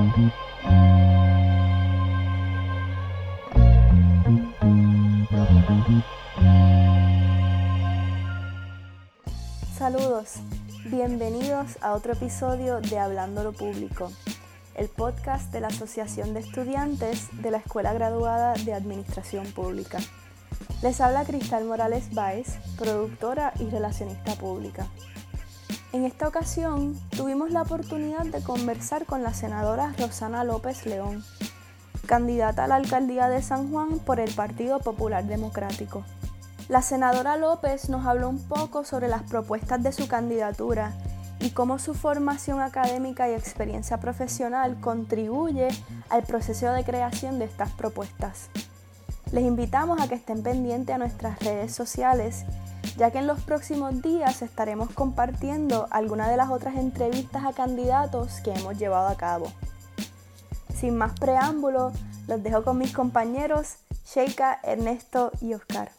Saludos, bienvenidos a otro episodio de Hablando lo Público, el podcast de la Asociación de Estudiantes de la Escuela Graduada de Administración Pública. Les habla Cristal Morales Báez, productora y relacionista pública. En esta ocasión tuvimos la oportunidad de conversar con la senadora Rosana López León, candidata a la alcaldía de San Juan por el Partido Popular Democrático. La senadora López nos habló un poco sobre las propuestas de su candidatura y cómo su formación académica y experiencia profesional contribuye al proceso de creación de estas propuestas. Les invitamos a que estén pendientes a nuestras redes sociales, ya que en los próximos días estaremos compartiendo algunas de las otras entrevistas a candidatos que hemos llevado a cabo. Sin más preámbulo, los dejo con mis compañeros Sheika, Ernesto y Oscar.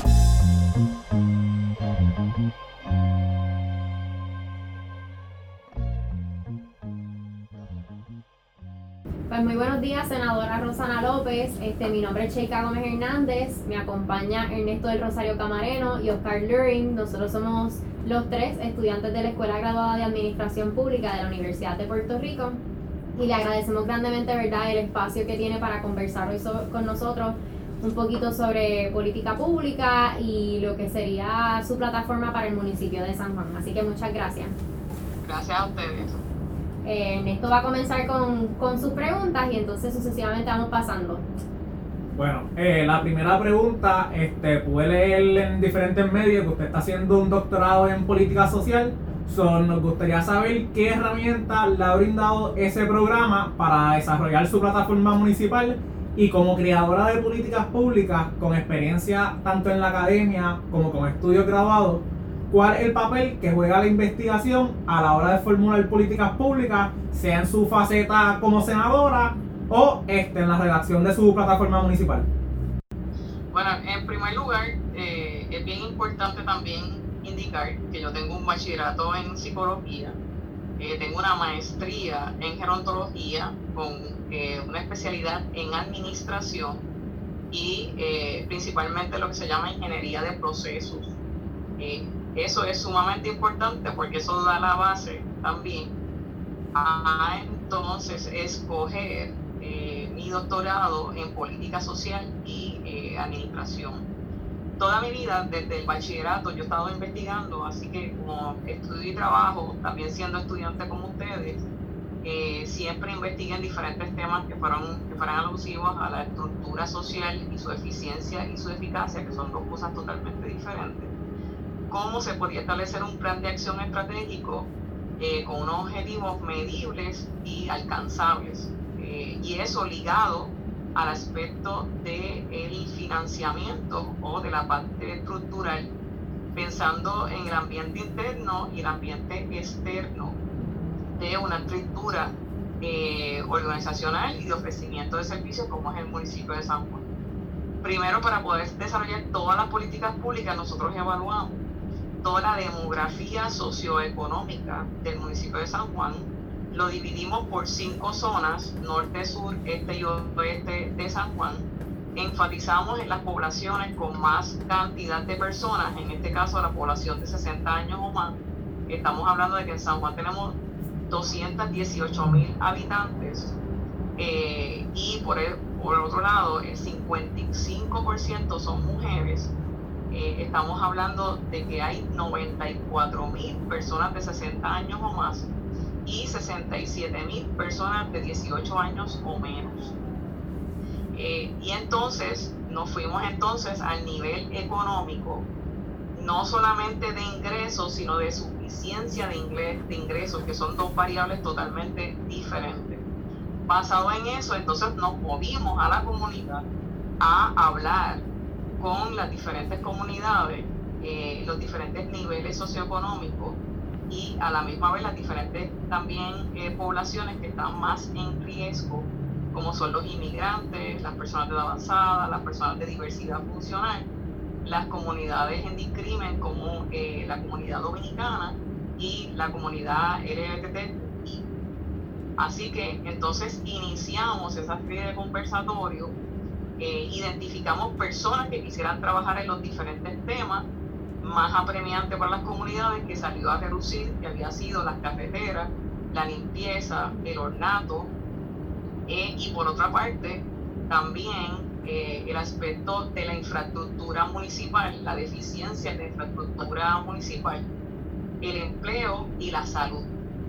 Pues muy buenos días, senadora Rosana López. Mi nombre es Sheika Gómez Hernández, me acompaña Ernesto del Rosario Camareno y Oscar Luring. Nosotros somos los tres estudiantes de la Escuela Graduada de Administración Pública de la Universidad de Puerto Rico y le agradecemos grandemente, ¿verdad?, el espacio que tiene para conversar hoy con nosotros un poquito sobre política pública y lo que sería su plataforma para el municipio de San Juan. Así que muchas gracias. Gracias a ustedes. Ernesto va a comenzar con sus preguntas y entonces sucesivamente vamos pasando. Bueno, la primera pregunta, pude leer en diferentes medios que usted está haciendo un doctorado en política social. Nos gustaría saber qué herramientas le ha brindado ese programa para desarrollar su plataforma municipal y como creadora de políticas públicas con experiencia tanto en la academia como con estudios graduados. ¿Cuál es el papel que juega la investigación a la hora de formular políticas públicas, sea en su faceta como senadora o en la redacción de su plataforma municipal? Bueno, en primer lugar, es bien importante también indicar que yo tengo un bachillerato en psicología, tengo una maestría en gerontología con una especialidad en administración y principalmente lo que se llama ingeniería de procesos. Eso es sumamente importante porque eso da la base también a entonces escoger mi doctorado en política social y administración. Toda mi vida, desde el bachillerato, yo he estado investigando, así que como estudio y trabajo, también siendo estudiante como ustedes, siempre investigué en diferentes temas que fueran alusivos a la estructura social y su eficiencia y su eficacia, que son dos cosas totalmente diferentes. Cómo se podía establecer un plan de acción estratégico con unos objetivos medibles y alcanzables. Y eso ligado al aspecto del financiamiento o de la parte estructural, pensando en el ambiente interno y el ambiente externo de una estructura organizacional y de ofrecimiento de servicios como es el municipio de San Juan. Primero, para poder desarrollar todas las políticas públicas, nosotros evaluamos toda la demografía socioeconómica del municipio de San Juan. Lo dividimos por 5 zonas, norte, sur, este y oeste de San Juan. Enfatizamos en las poblaciones con más cantidad de personas, en este caso la población de 60 años o más. Estamos hablando de que en San Juan tenemos 218,000 habitantes y por otro lado el 55% son mujeres. Estamos hablando de que hay 94,000 personas de 60 años o más y 67,000 personas de 18 años o menos. Y entonces nos fuimos al nivel económico, no solamente de ingresos, sino de suficiencia de ingresos, que son dos variables totalmente diferentes. Basado en eso, entonces nos movimos a la comunidad a hablar con las diferentes comunidades, los diferentes niveles socioeconómicos y a la misma vez las diferentes también poblaciones que están más en riesgo, como son los inmigrantes, las personas de edad avanzada, las personas de diversidad funcional, las comunidades en discrimen como la comunidad dominicana y la comunidad LGBTI. Así que entonces iniciamos esa serie de conversatorios, identificamos personas que quisieran trabajar en los diferentes temas más apremiantes para las comunidades, que salió a relucir, que había sido las carreteras, la limpieza, el ornato, y por otra parte también el aspecto de la infraestructura municipal, la deficiencia de infraestructura municipal, el empleo y la salud,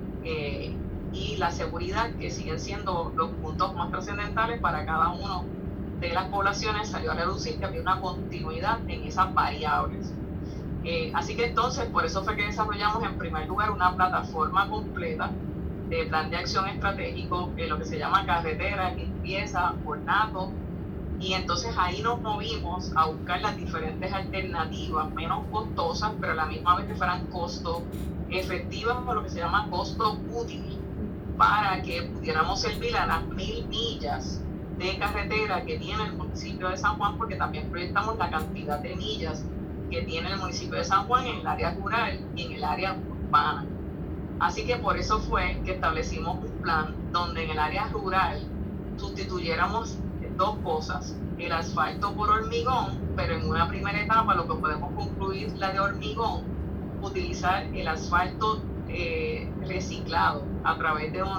y la seguridad, que siguen siendo los puntos más trascendentales para cada uno de las poblaciones. Salió a reducir que había una continuidad en esas variables. Así que entonces, por eso fue que desarrollamos en primer lugar una plataforma completa de plan de acción estratégico, lo que se llama carretera, limpieza, ornato, y entonces ahí nos movimos a buscar las diferentes alternativas menos costosas, pero a la misma vez que fueran costo efectivas, o lo que se llama costo útil, para que pudiéramos servir a las 1000 millas de carretera que tiene el municipio de San Juan, porque también proyectamos la cantidad de millas que tiene el municipio de San Juan en el área rural y en el área urbana. Así que por eso fue que establecimos un plan donde en el área rural sustituyéramos dos cosas: el asfalto por hormigón, pero en una primera etapa lo que podemos concluir, la de hormigón, utilizar el asfalto reciclado a través de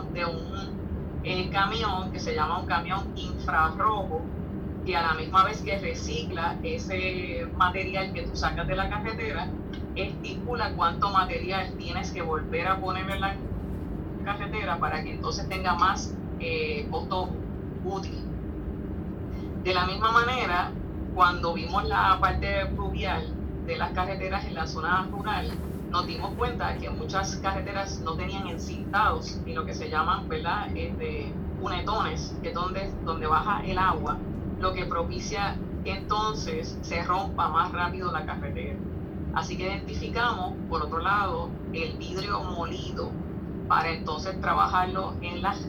un camión que se llama un camión infrarrojo, que a la misma vez que recicla ese material que tú sacas de la carretera, estipula cuánto material tienes que volver a poner en la carretera para que entonces tenga más costo útil. De la misma manera, cuando vimos la parte fluvial de las carreteras en la zona rural, nos dimos cuenta que muchas carreteras no tenían encintados y lo que se llaman, ¿verdad?, cunetones, que es donde baja el agua, lo que propicia que entonces se rompa más rápido la carretera. Así que identificamos, por otro lado, el vidrio molido para entonces trabajarlo en las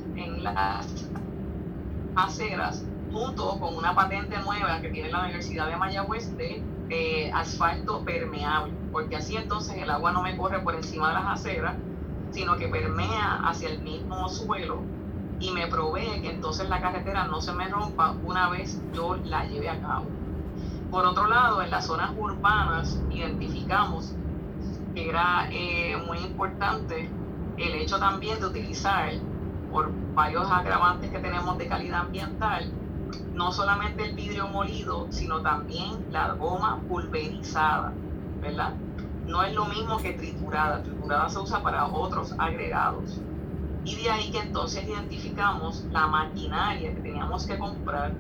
aceras, junto con una patente nueva que tiene la Universidad de Mayagüez de asfalto permeable, porque así entonces el agua no me corre por encima de las aceras, sino que permea hacia el mismo suelo y me provee que entonces la carretera no se me rompa una vez yo la lleve a cabo. Por otro lado, en las zonas urbanas identificamos que era muy importante el hecho también de utilizar, por varios agravantes que tenemos de calidad ambiental, no solamente el vidrio molido, sino también la goma pulverizada, ¿verdad? No es lo mismo que triturada. Triturada se usa para otros agregados. Y de ahí que entonces identificamos la maquinaria que teníamos que comprar,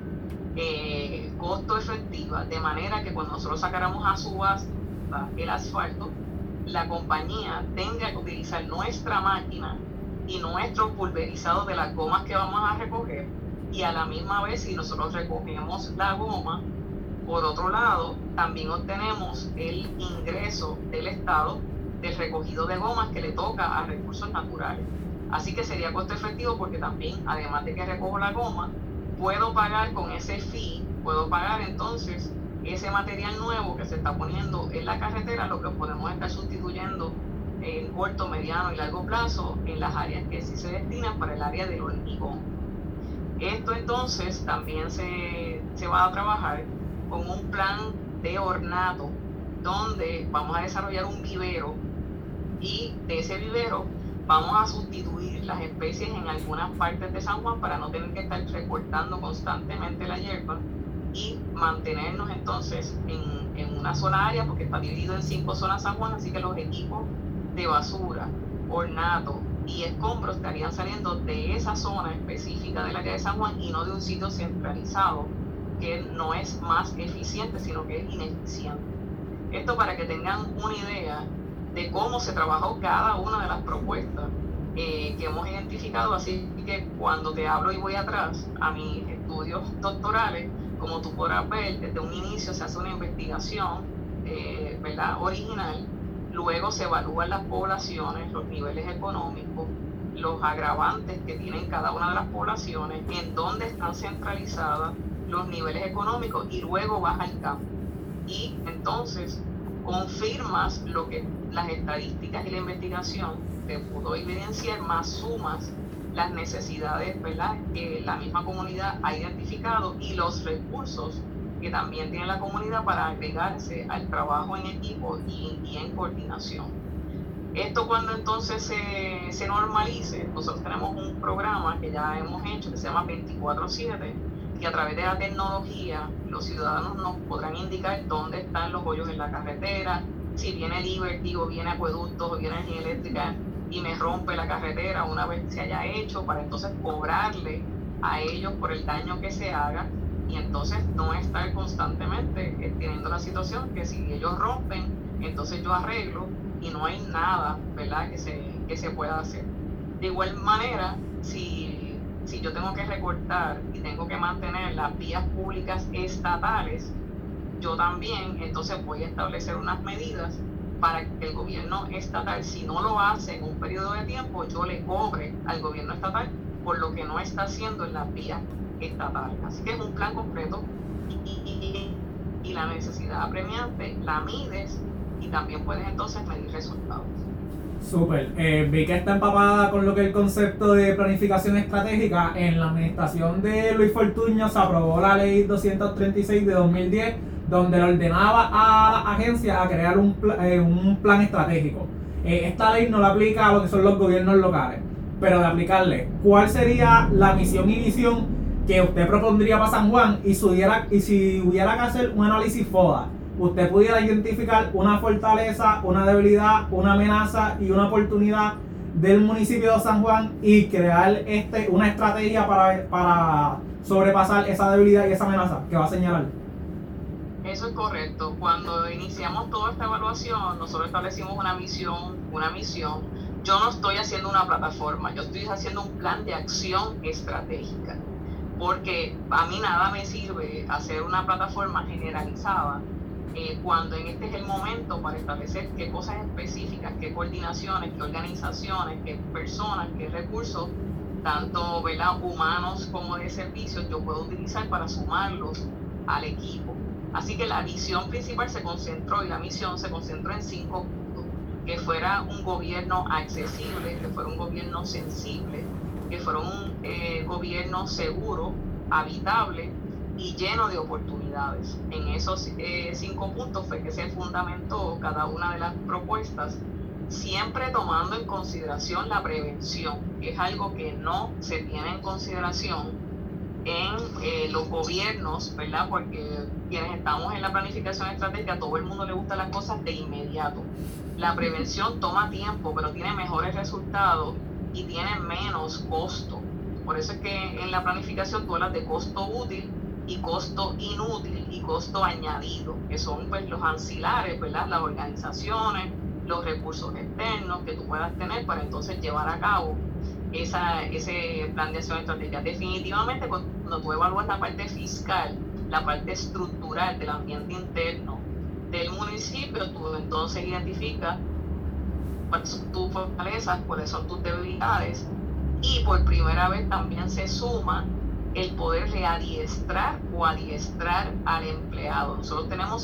costo efectiva, de manera que cuando nosotros sacáramos a subasta el asfalto, la compañía tenga que utilizar nuestra máquina y nuestro pulverizado de las gomas que vamos a recoger, y a la misma vez, si nosotros recogemos la goma, por otro lado, también obtenemos el ingreso del Estado del recogido de gomas que le toca a Recursos Naturales. Así que sería costo efectivo, porque también, además de que recojo la goma, puedo pagar con ese fee, puedo pagar entonces ese material nuevo que se está poniendo en la carretera, lo que podemos estar sustituyendo en corto, mediano y largo plazo en las áreas que sí se destinan para el área del hormigón. Esto entonces también se va a trabajar con un plan de ornato, donde vamos a desarrollar un vivero, y de ese vivero vamos a sustituir las especies en algunas partes de San Juan para no tener que estar recortando constantemente la hierba y mantenernos entonces en una sola área, porque está dividido en 5 zonas San Juan, así que los equipos de basura, ornato y escombros estarían saliendo de esa zona específica del área de San Juan y no de un sitio centralizado, que no es más eficiente, sino que es ineficiente. Esto para que tengan una idea de cómo se trabajó cada una de las propuestas que hemos identificado. Así que cuando te hablo y voy atrás a mis estudios doctorales, como tú podrás ver, desde un inicio se hace una investigación ¿verdad?, original. Luego se evalúan las poblaciones, los niveles económicos, los agravantes que tienen cada una de las poblaciones, en dónde están centralizadas, los niveles económicos, y luego vas al campo. Y entonces confirmas lo que las estadísticas y la investigación te pudo evidenciar, más sumas las necesidades, ¿verdad?, que la misma comunidad ha identificado y los recursos que también tiene la comunidad para agregarse al trabajo en equipo y en coordinación. Esto cuando entonces se normalice, nosotros tenemos un programa que ya hemos hecho que se llama 24/7, que a través de la tecnología los ciudadanos nos podrán indicar dónde están los hoyos en la carretera, si viene Liberty o viene Acueductos o viene Energía Eléctrica y me rompe la carretera una vez que se haya hecho, para entonces cobrarle a ellos por el daño que se haga y entonces no estar constantemente teniendo la situación que si ellos rompen, entonces yo arreglo y no hay nada, ¿verdad?, que se pueda hacer. De igual manera, si yo tengo que recortar y tengo que mantener las vías públicas estatales, yo también entonces voy a establecer unas medidas para que el gobierno estatal, si no lo hace en un periodo de tiempo, yo le cobre al gobierno estatal por lo que no está haciendo en las vías estatales. Así que es un plan completo y la necesidad apremiante la mides y también puedes entonces medir resultados. Súper. Vi que está empapada con lo que es el concepto de planificación estratégica. En la administración de Luis Fortuño se aprobó la ley 236 de 2010, donde le ordenaba a la agencia a crear un plan estratégico. Esta ley no la aplica a lo que son los gobiernos locales, pero de aplicarle, ¿cuál sería la misión y visión que usted propondría para San Juan? Y si hubiera que hacer un análisis FODA, usted pudiera identificar una fortaleza, una debilidad, una amenaza y una oportunidad del municipio de San Juan y crear una estrategia para sobrepasar esa debilidad y esa amenaza que va a señalar. Eso es correcto. Cuando iniciamos toda esta evaluación, nosotros establecimos una misión. Yo no estoy haciendo una plataforma, yo estoy haciendo un plan de acción estratégica, porque a mí nada me sirve hacer una plataforma generalizada cuando este es el momento para establecer qué cosas específicas, qué coordinaciones, qué organizaciones, qué personas, qué recursos, tanto, ¿verdad?, humanos como de servicios, yo puedo utilizar para sumarlos al equipo. Así que la visión principal y la misión se concentró en 5 puntos: que fuera un gobierno accesible, que fuera un gobierno sensible, que fuera un gobierno seguro, habitable y lleno de oportunidades. En esos 5 puntos fue que se fundamentó cada una de las propuestas, siempre tomando en consideración la prevención, que es algo que no se tiene en consideración en los gobiernos, ¿verdad? Porque quienes estamos en la planificación estratégica, a todo el mundo le gustan las cosas de inmediato. La prevención toma tiempo, pero tiene mejores resultados y tiene menos costo. Por eso es que en la planificación tú hablas de costo útil y costo inútil y costo añadido, que son pues los ancilares, ¿verdad?, las organizaciones, los recursos externos que tú puedas tener para entonces llevar a cabo ese plan de acción estratégica. Definitivamente, cuando tú evalúas la parte fiscal, la parte estructural del ambiente interno del municipio, tú entonces identificas cuáles son tus fortalezas, cuáles son tus debilidades, y por primera vez también se suma el poder readiestrar o adiestrar al empleado. Nosotros tenemos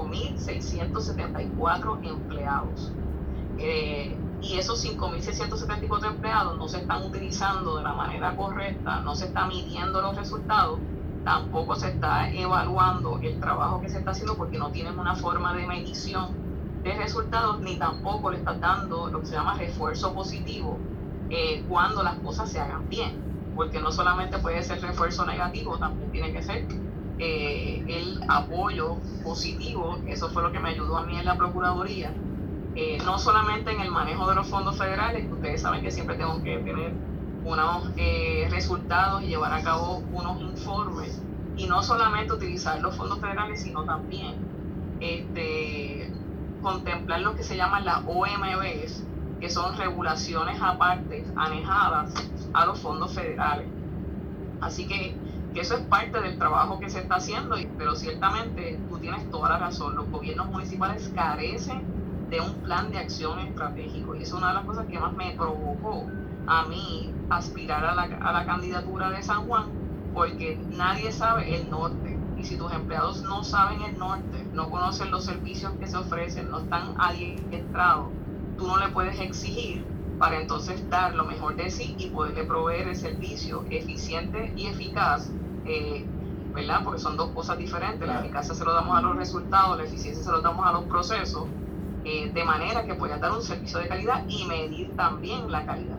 5.674 empleados. Y esos 5.674 empleados no se están utilizando de la manera correcta, no se está midiendo los resultados, tampoco se está evaluando el trabajo que se está haciendo porque no tienen una forma de medición de resultados, ni tampoco le estás dando lo que se llama refuerzo positivo cuando las cosas se hagan bien, porque no solamente puede ser refuerzo negativo, también tiene que ser el apoyo positivo. Eso fue lo que me ayudó a mí en la Procuraduría. No solamente en el manejo de los fondos federales, que ustedes saben que siempre tengo que tener unos resultados y llevar a cabo unos informes, y no solamente utilizar los fondos federales, sino también contemplar lo que se llaman las OMBs, que son regulaciones aparte anejadas a los fondos federales. Así que eso es parte del trabajo que se está haciendo, pero ciertamente tú tienes toda la razón, los gobiernos municipales carecen de un plan de acción estratégico, y es una de las cosas que más me provocó a mí aspirar a la candidatura de San Juan, porque nadie sabe el norte, y si tus empleados no saben el norte, no conocen los servicios que se ofrecen, no están adiestrados, tú no le puedes exigir para entonces dar lo mejor de sí y poderle proveer el servicio eficiente y eficaz, ¿verdad? Porque son dos cosas diferentes. La eficacia se lo damos a los resultados, la eficiencia se lo damos a los procesos, de manera que puedas dar un servicio de calidad y medir también la calidad.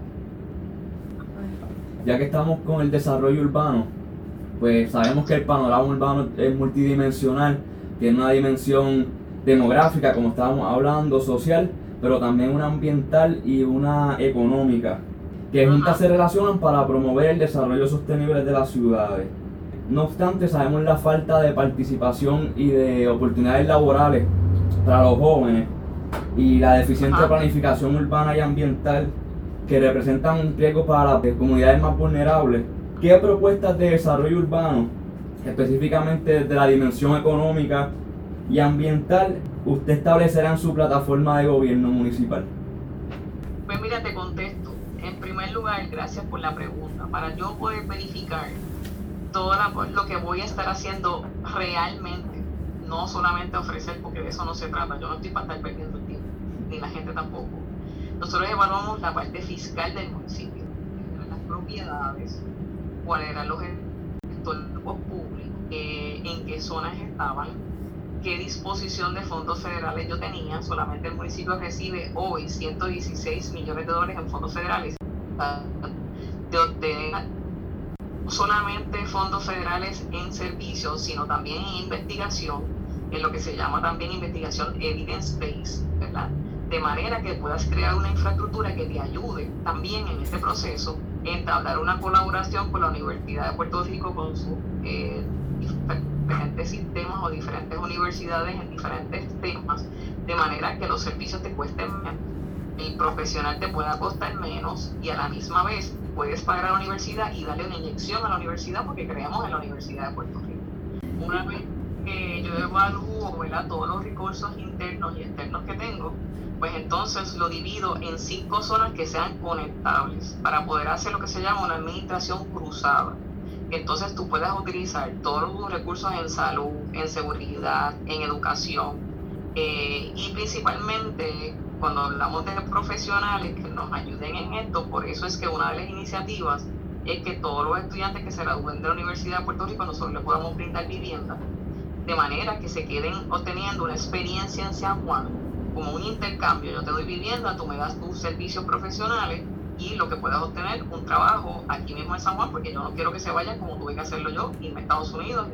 Ya que estamos con el desarrollo urbano, pues sabemos que el panorama urbano es multidimensional, tiene una dimensión demográfica, como estábamos hablando, social, pero también una ambiental y una económica, que juntas se relacionan para promover el desarrollo sostenible de las ciudades. No obstante, sabemos la falta de participación y de oportunidades laborales para los jóvenes y la deficiente planificación urbana y ambiental que representan un riesgo para las comunidades más vulnerables. ¿Qué propuestas de desarrollo urbano, específicamente de la dimensión económica y ambiental, usted establecerá en su plataforma de gobierno municipal? Pues mira, te contesto. En primer lugar, gracias por la pregunta. Para yo poder verificar todo lo que voy a estar haciendo realmente, no solamente ofrecer, porque de eso no se trata. Yo no estoy para estar perdiendo el tiempo, ni la gente tampoco. Nosotros evaluamos la parte fiscal del municipio, las propiedades, cuáles eran los estornos públicos, en qué zonas estaban, qué disposición de fondos federales yo tenía. Solamente el municipio recibe hoy $116 millones en fondos federales. De obtener no solamente fondos federales en servicios, sino también en investigación, en lo que se llama también investigación evidence-based, ¿verdad? De manera que puedas crear una infraestructura que te ayude también en este proceso, entablar una colaboración con la Universidad de Puerto Rico, con sus diferentes sistemas o diferentes universidades en diferentes temas, de manera que los servicios te cuesten menos, el profesional te pueda costar menos y a la misma vez puedes pagar a la universidad y darle una inyección a la universidad, porque creemos en la Universidad de Puerto Rico. Una vez que yo evalúo, ¿verdad?, todos los recursos internos y externos que tengo, pues entonces lo divido en 5 zonas que sean conectables para poder hacer lo que se llama una administración cruzada. Entonces tú puedas utilizar todos los recursos en salud, en seguridad, en educación, y principalmente cuando hablamos de profesionales que nos ayuden en esto. Por eso es que una de las iniciativas es que todos los estudiantes que se gradúen de la Universidad de Puerto Rico nosotros les podamos brindar vivienda, de manera que se queden obteniendo una experiencia en San Juan como un intercambio. Yo te doy vivienda, tú me das tus servicios profesionales y lo que puedas obtener un trabajo aquí mismo en San Juan, porque yo no quiero que se vayan como tuve que hacerlo yo, irme a Estados Unidos,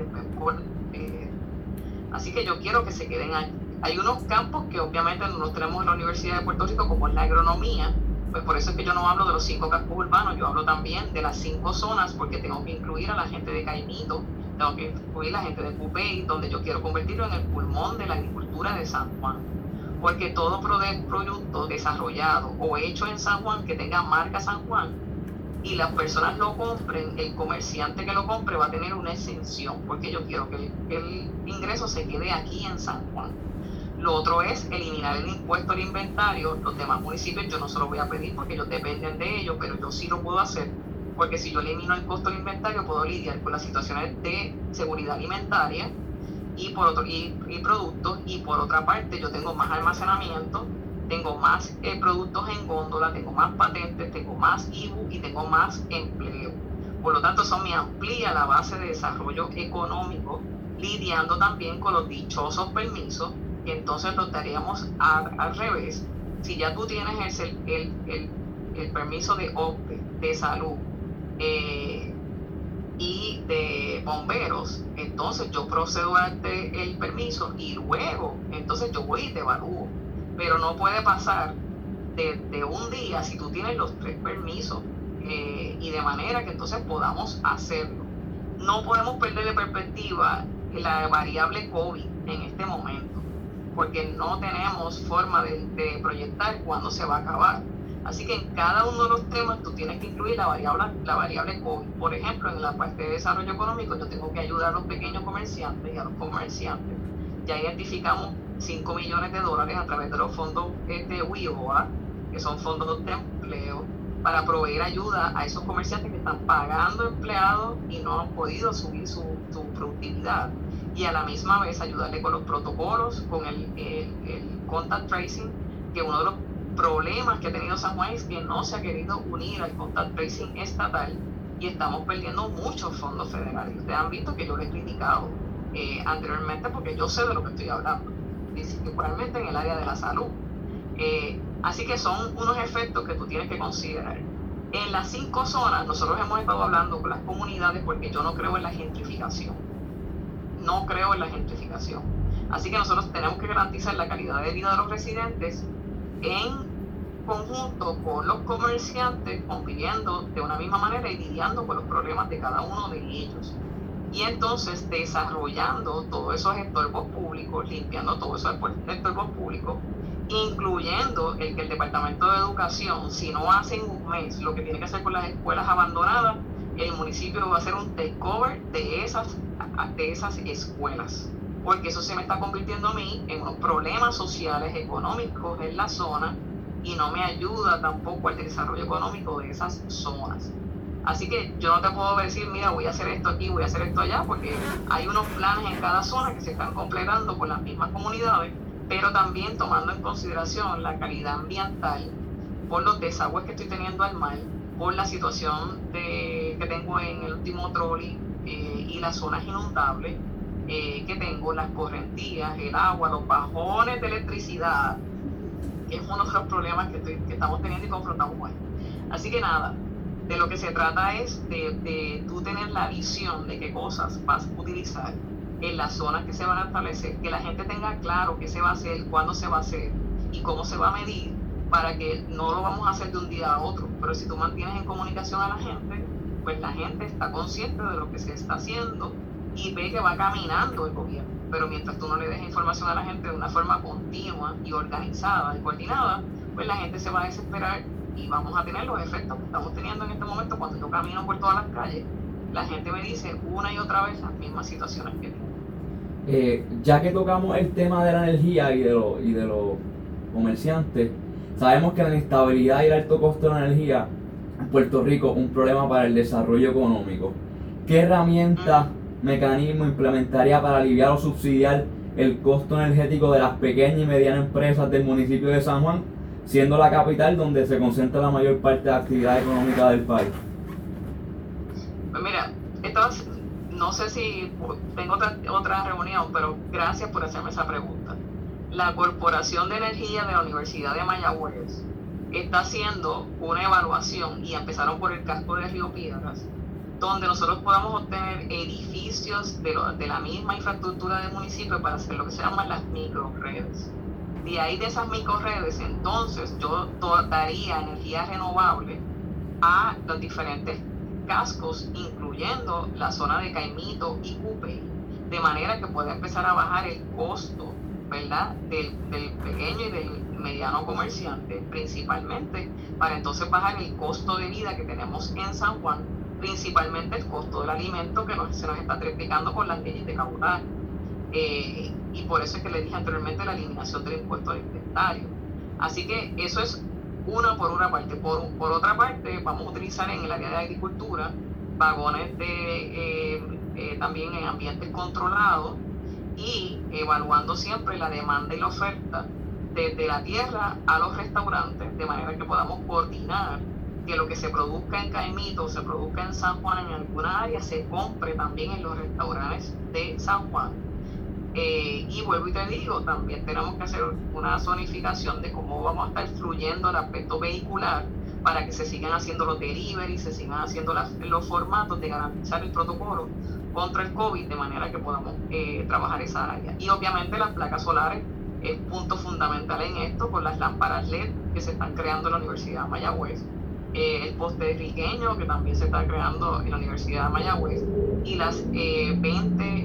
así que yo quiero que se queden aquí. Hay unos campos que obviamente no los tenemos en la Universidad de Puerto Rico, como es la agronomía, pues por eso es que yo no hablo de los 5 campos urbanos, yo hablo también de las 5 zonas, porque tengo que incluir a la gente de Caimito, tengo que incluir a la gente de Cupey, donde yo quiero convertirlo en el pulmón de la agricultura de San Juan. Porque todo producto desarrollado o hecho en San Juan que tenga marca San Juan y las personas lo compren, el comerciante que lo compre va a tener una exención, porque yo quiero que el ingreso se quede aquí en San Juan. Lo otro es eliminar el impuesto al inventario. Los demás municipios yo no se lo voy a pedir porque ellos dependen de ello, pero yo sí lo puedo hacer, porque si yo elimino el costo del inventario puedo lidiar con las situaciones de seguridad alimentaria y productos, y por otra parte yo tengo más almacenamiento, tengo más productos en góndola, tengo más patentes, tengo más IBU y tengo más empleo. Por lo tanto, eso me amplía la base de desarrollo económico, lidiando también con los dichosos permisos, que entonces los daríamos al revés. Si ya tú tienes el permiso de OPE, de salud, y de bomberos, entonces yo procedo a darte el permiso y luego entonces yo voy y te evalúo, pero no puede pasar de un día si tú tienes los 3 permisos, y de manera que entonces podamos hacerlo. No podemos perder de perspectiva la variable COVID en este momento, porque no tenemos forma de proyectar cuándo se va a acabar. Así que en cada uno de los temas tú tienes que incluir la variable COVID. Por ejemplo, en la parte de desarrollo económico yo tengo que ayudar a los pequeños comerciantes y a los comerciantes. Ya identificamos $5 millones a través de los fondos de WIOA, que son fondos de empleo, para proveer ayuda a esos comerciantes que están pagando empleados y no han podido subir su productividad. Y a la misma vez ayudarle con los protocolos, con el contact tracing, que uno de los problemas que ha tenido San Juan es que no se ha querido unir al contact tracing estatal y estamos perdiendo muchos fondos federales. Ustedes han visto que yo lo he criticado anteriormente porque yo sé de lo que estoy hablando, principalmente en el área de la salud. Así que son unos efectos que tú tienes que considerar. En las 5 zonas nosotros hemos estado hablando con las comunidades porque yo no creo en la gentrificación. No creo en la gentrificación. Así que nosotros tenemos que garantizar la calidad de vida de los residentes en conjunto con los comerciantes, conviviendo de una misma manera y lidiando con los problemas de cada uno de ellos. Y entonces desarrollando todos esos estorbos públicos, limpiando todos esos estorbos públicos, incluyendo el que el Departamento de Educación, si no hace en un mes lo que tiene que hacer con las escuelas abandonadas, el municipio va a hacer un takeover de esas escuelas, porque eso se me está convirtiendo a mí en unos problemas sociales, económicos en la zona, y no me ayuda tampoco al desarrollo económico de esas zonas. Así que yo no te puedo decir, mira, voy a hacer esto aquí, voy a hacer esto allá, porque hay unos planes en cada zona que se están completando por las mismas comunidades, pero también tomando en consideración la calidad ambiental, por los desagües que estoy teniendo al mar, por la situación que tengo en el último trolley y las zonas inundables que tengo, las correntías, el agua, los bajones de electricidad, que es uno de los problemas que estamos teniendo y confrontamos hoy. Así que nada, de lo que se trata es de tú tener la visión de qué cosas vas a utilizar en las zonas que se van a establecer, que la gente tenga claro qué se va a hacer, cuándo se va a hacer y cómo se va a medir, para que no lo vamos a hacer de un día a otro. Pero si tú mantienes en comunicación a la gente, pues la gente está consciente de lo que se está haciendo y ve que va caminando el gobierno. Pero mientras tú no le des información a la gente de una forma continua y organizada y coordinada, pues la gente se va a desesperar y vamos a tener los efectos que estamos teniendo en este momento. Cuando yo camino por todas las calles, la gente me dice una y otra vez las mismas situaciones que tiene. Ya que tocamos el tema de la energía y de los comerciantes, sabemos que la inestabilidad y el alto costo de la energía en Puerto Rico es un problema para el desarrollo económico. ¿Qué herramientas, mecanismo implementaría para aliviar o subsidiar el costo energético de las pequeñas y medianas empresas del municipio de San Juan, siendo la capital donde se concentra la mayor parte de la actividad económica del país? Pues mira, no sé si tengo otra reunión, pero gracias por hacerme esa pregunta. La Corporación de Energía de la Universidad de Mayagüez está haciendo una evaluación, y empezaron por el casco de Río Piedras, donde nosotros podamos obtener edificios de la misma infraestructura del municipio para hacer lo que se llaman las microredes. De ahí, de esas microredes, entonces yo daría energía renovable a los diferentes cascos, incluyendo la zona de Caimito y Cupey, de manera que pueda empezar a bajar el costo, ¿verdad?, del pequeño y del mediano comerciante, principalmente, para entonces bajar el costo de vida que tenemos en San Juan, principalmente el costo del alimento que se nos está triplicando con las leyes de cabotaje. Y por eso es que le dije anteriormente la eliminación del impuesto al inventario. Así que eso es por una parte. Por otra parte, vamos a utilizar en el área de agricultura vagones también en ambientes controlados, y evaluando siempre la demanda y la oferta desde la tierra a los restaurantes, de manera que podamos coordinar que lo que se produzca en Caimito, se produzca en San Juan en alguna área, se compre también en los restaurantes de San Juan. Y vuelvo y te digo, también tenemos que hacer una zonificación de cómo vamos a estar fluyendo el aspecto vehicular para que se sigan haciendo los deliveries, se sigan haciendo los formatos de garantizar el protocolo contra el COVID, de manera que podamos trabajar esa área. Y obviamente las placas solares es punto fundamental en esto, con las lámparas LED que se están creando en la Universidad de Mayagüez, el poste riqueño que también se está creando en la Universidad de Mayagüez, y las 20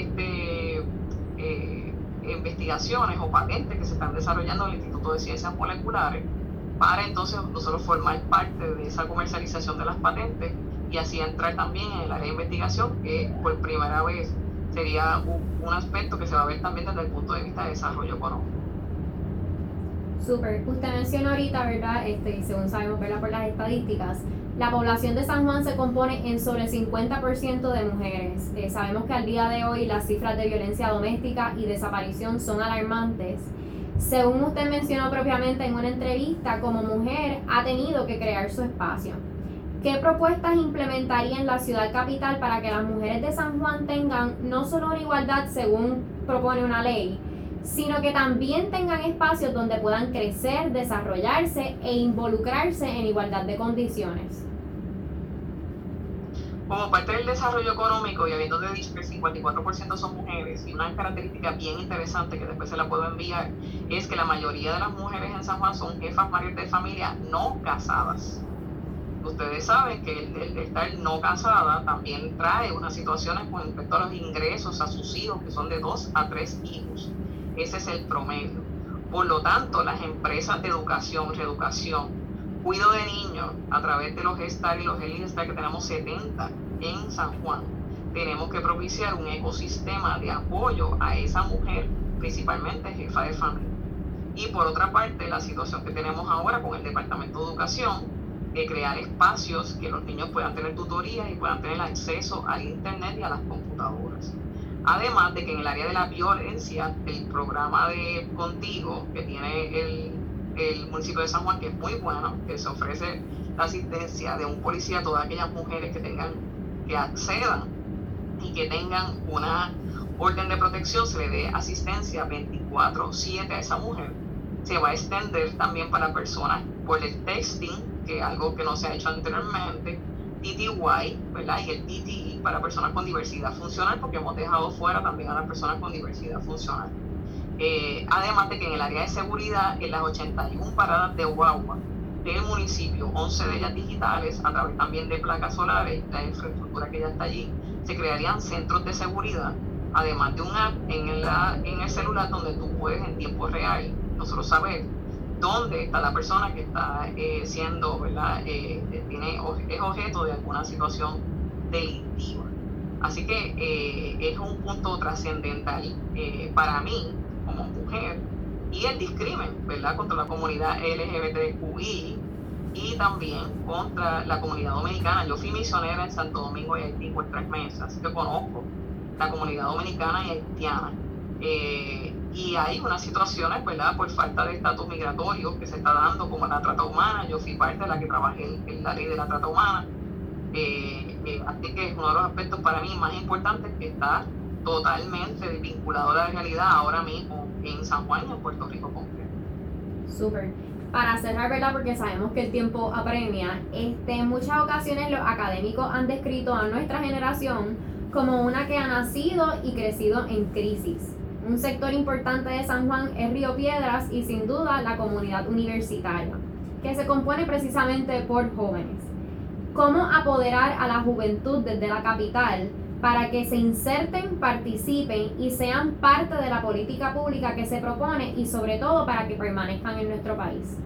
investigaciones o patentes que se están desarrollando en el Instituto de Ciencias Moleculares, para entonces nosotros formar parte de esa comercialización de las patentes y así entrar también en el área de investigación, que por primera vez sería un aspecto que se va a ver también desde el punto de vista de desarrollo económico. Súper. Usted mencionó ahorita, ¿verdad? Y según sabemos, ¿verdad?, por las estadísticas, la población de San Juan se compone en sobre el 50% de mujeres. Sabemos que al día de hoy las cifras de violencia doméstica y desaparición son alarmantes. Según usted mencionó propiamente en una entrevista, como mujer ha tenido que crear su espacio. ¿Qué propuestas implementaría en la ciudad capital para que las mujeres de San Juan tengan no solo una igualdad según propone una ley, sino que también tengan espacios donde puedan crecer, desarrollarse e involucrarse en igualdad de condiciones? Como parte del desarrollo económico, y habiendo dicho que el 54% son mujeres, y una característica bien interesante que después se la puedo enviar, es que la mayoría de las mujeres en San Juan son jefas madres de familia no casadas. Ustedes saben que el estar no casada también trae unas situaciones con respecto a los ingresos a sus hijos, que son de 2 a 3 hijos. Ese es el promedio. Por lo tanto, las empresas de educación, reeducación, cuido de niños a través de los Gestar y los Elistar, que tenemos 70 en San Juan, tenemos que propiciar un ecosistema de apoyo a esa mujer, principalmente jefa de familia. Y por otra parte, la situación que tenemos ahora con el Departamento de Educación, de crear espacios que los niños puedan tener tutorías y puedan tener acceso al internet y a las computadoras. Además de que en el área de la violencia, el programa de Contigo que tiene el municipio de San Juan, que es muy bueno, que se ofrece la asistencia de un policía a todas aquellas mujeres que accedan y que tengan una orden de protección, se le dé asistencia 24/7 a esa mujer. Se va a extender también para personas por el texting, que es algo que no se ha hecho anteriormente, TTY, ¿verdad? Y el TTI para personas con diversidad funcional, porque hemos dejado fuera también a las personas con diversidad funcional. Además de que en el área de seguridad, en las 81 paradas de guagua del municipio, 11 de ellas digitales, a través también de placas solares, la infraestructura que ya está allí, se crearían centros de seguridad, además de un app en el celular donde tú puedes en tiempo real nosotros saber dónde está la persona que está siendo, ¿verdad? Es objeto de alguna situación delictiva. Así que es un punto trascendental para mí como mujer, y el discrimen, ¿verdad?, contra la comunidad LGBTQI y también contra la comunidad dominicana. Yo fui misionera en Santo Domingo y Haití por 3 meses, así que conozco la comunidad dominicana y haitiana. Y hay unas situaciones, ¿verdad?, por falta de estatus migratorio que se está dando, como la trata humana. Yo fui parte de la que trabajé en la ley de la trata humana. Así que es uno de los aspectos para mí más importantes que está totalmente vinculado a la realidad ahora mismo en San Juan y en Puerto Rico completo. Súper. Para cerrar, ¿verdad?, porque sabemos que el tiempo apremia, en muchas ocasiones los académicos han descrito a nuestra generación como una que ha nacido y crecido en crisis. Un sector importante de San Juan es Río Piedras y sin duda la comunidad universitaria, que se compone precisamente por jóvenes. ¿Cómo apoderar a la juventud desde la capital para que se inserten, participen y sean parte de la política pública que se propone y sobre todo para que permanezcan en nuestro país?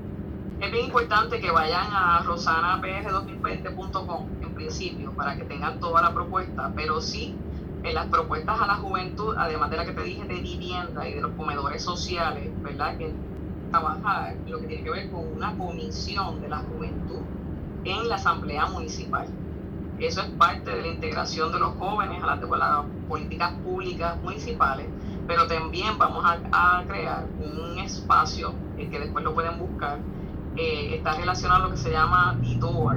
Es bien importante que vayan a rosanapr2020.com en principio para que tengan toda la propuesta, pero sí en las propuestas a la juventud, además de la que te dije de vivienda y de los comedores sociales, ¿verdad?, que trabajar lo que tiene que ver con una comisión de la juventud en la asamblea municipal. Eso es parte de la integración de los jóvenes a las políticas públicas municipales, pero también vamos a crear un espacio que después lo pueden buscar. Está relacionado a lo que se llama The Door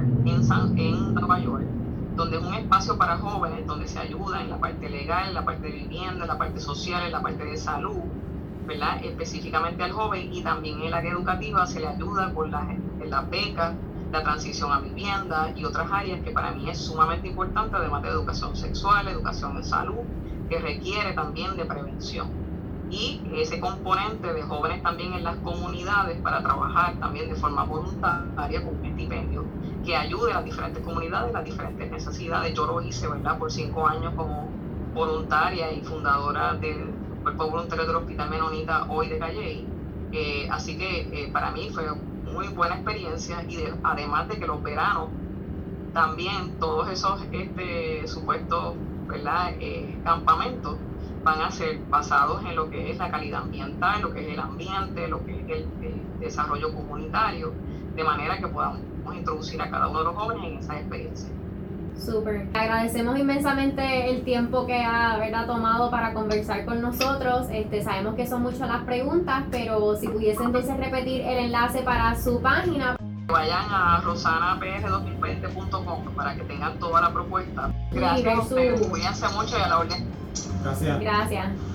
en Nueva York, donde es un espacio para jóvenes, donde se ayuda en la parte legal, en la parte de vivienda, en la parte social, en la parte de salud, ¿verdad?, específicamente al joven, y también en el área educativa se le ayuda con las becas, la transición a vivienda y otras áreas que para mí es sumamente importante, además de educación sexual, educación en salud, que requiere también de prevención. Y ese componente de jóvenes también en las comunidades para trabajar también de forma voluntaria con un estipendio que ayude a las diferentes comunidades, las diferentes necesidades. Yo lo hice, ¿verdad?, por 5 años como voluntaria y fundadora del Cuerpo Voluntario del Hospital Menonita hoy de Calley. Así que para mí fue muy buena experiencia, y además de que los veranos también todos esos supuestos, ¿verdad?, campamentos van a ser basados en lo que es la calidad ambiental, lo que es el ambiente, lo que es el desarrollo comunitario, de manera que podamos introducir a cada uno de los jóvenes en esas experiencias. Súper. Agradecemos inmensamente el tiempo que ha, ¿verdad?, tomado para conversar con nosotros. Sabemos que son muchas las preguntas, pero si pudiese entonces repetir el enlace para su página. Vayan a rosanapr2020.com para que tengan toda la propuesta. Gracias a ustedes, cuídense mucho y a la orden. Gracias. Gracias.